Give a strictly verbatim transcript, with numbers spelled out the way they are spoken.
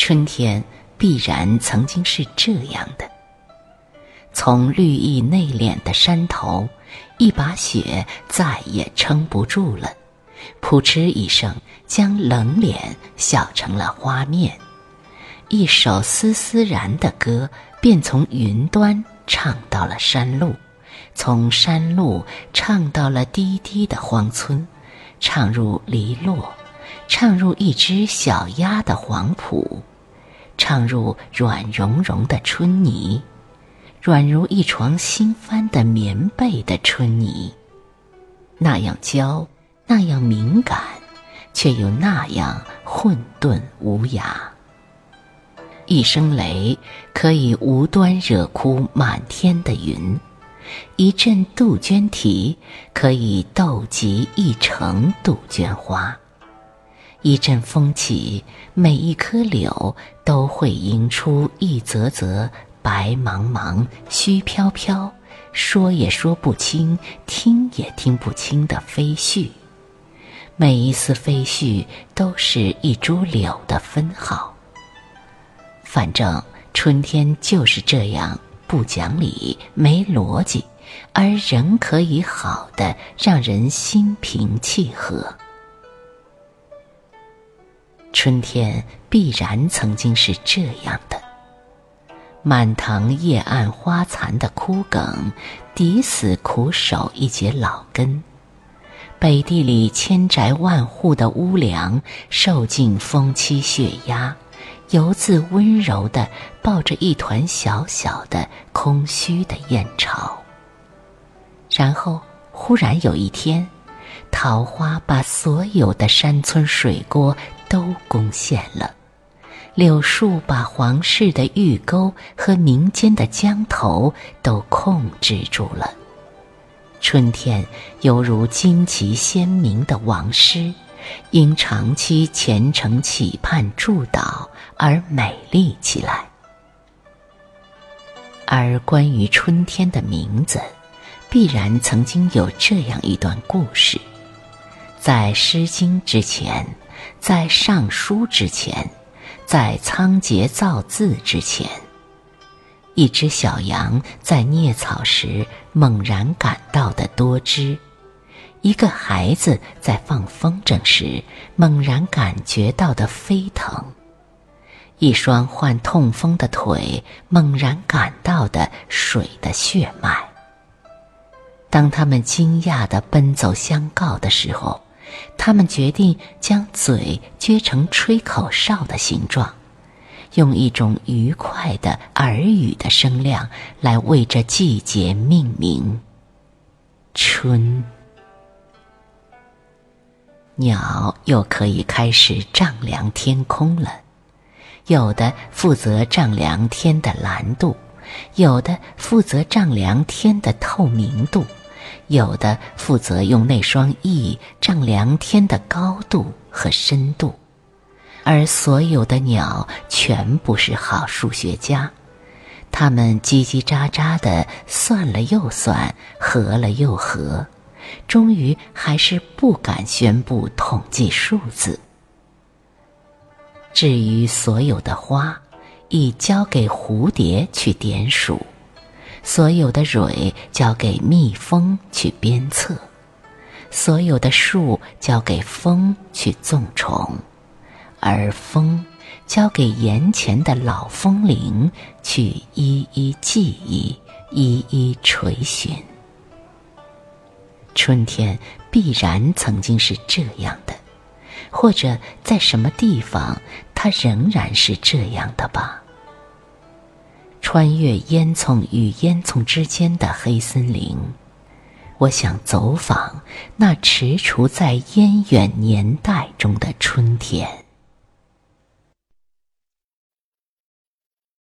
春天必然曾经是这样的。从绿意内敛的山头，一把雪再也撑不住了，扑哧一声将冷脸笑成了花面。一首丝丝然的歌便从云端唱到了山路，从山路唱到了低低的荒村，唱入篱落，唱入一只小鸭的黄圃，唱入软融融的春泥，软如一床新翻的棉被的春泥，那样娇，那样敏感，却又那样混沌无涯。一声雷可以无端惹哭满天的云，一阵杜鹃啼可以逗急一城杜鹃花，一阵风起，每一棵柳都会迎出一则则白茫茫虚飘飘，说也说不清，听也听不清的飞絮，每一丝飞絮都是一株柳的分号。反正春天就是这样不讲理没逻辑，而仍可以好的让人心平气和。春天必然曾经是这样的，满塘叶暗花残的枯梗，抵死苦守一节老根；北地里千宅万户的屋梁，受尽风欺雪压，犹自温柔地抱着一团小小的空虚的燕巢。然后忽然有一天，桃花把所有的山村水锅都攻陷了，柳树把皇室的御沟和民间的江头都控制住了。春天犹如旌旗鲜明的王师，因长期虔诚期盼祝祷而美丽起来。而关于春天的名字，必然曾经有这样一段故事：在《诗经》之前，在《尚书》之前，在仓颉造字之前，一只小羊在啮草时猛然感到的多汁，一个孩子在放风筝时猛然感觉到的飞腾，一双患痛风的腿猛然感到的水的血脉。当他们惊讶地奔走相告的时候，他们决定将嘴撅成吹口哨的形状，用一种愉快的耳语的声量来为这季节命名：春。鸟又可以开始丈量天空了，有的负责丈量天的蓝度，有的负责丈量天的透明度，有的负责用那双翼丈量天的高度和深度。而所有的鸟全部是好数学家，他们叽叽喳喳地算了又算，合了又合，终于还是不敢宣布统计数字。至于所有的花，已交给蝴蝶去点数，所有的蕊交给蜜蜂去鞭策，所有的树交给风去纵虫，而风交给眼前的老风铃去一一记忆，一一垂询。春天必然曾经是这样的，或者在什么地方它仍然是这样的吧。穿越烟囱与烟囱之间的黑森林，我想走访那踟蹰在烟远年代中的春天。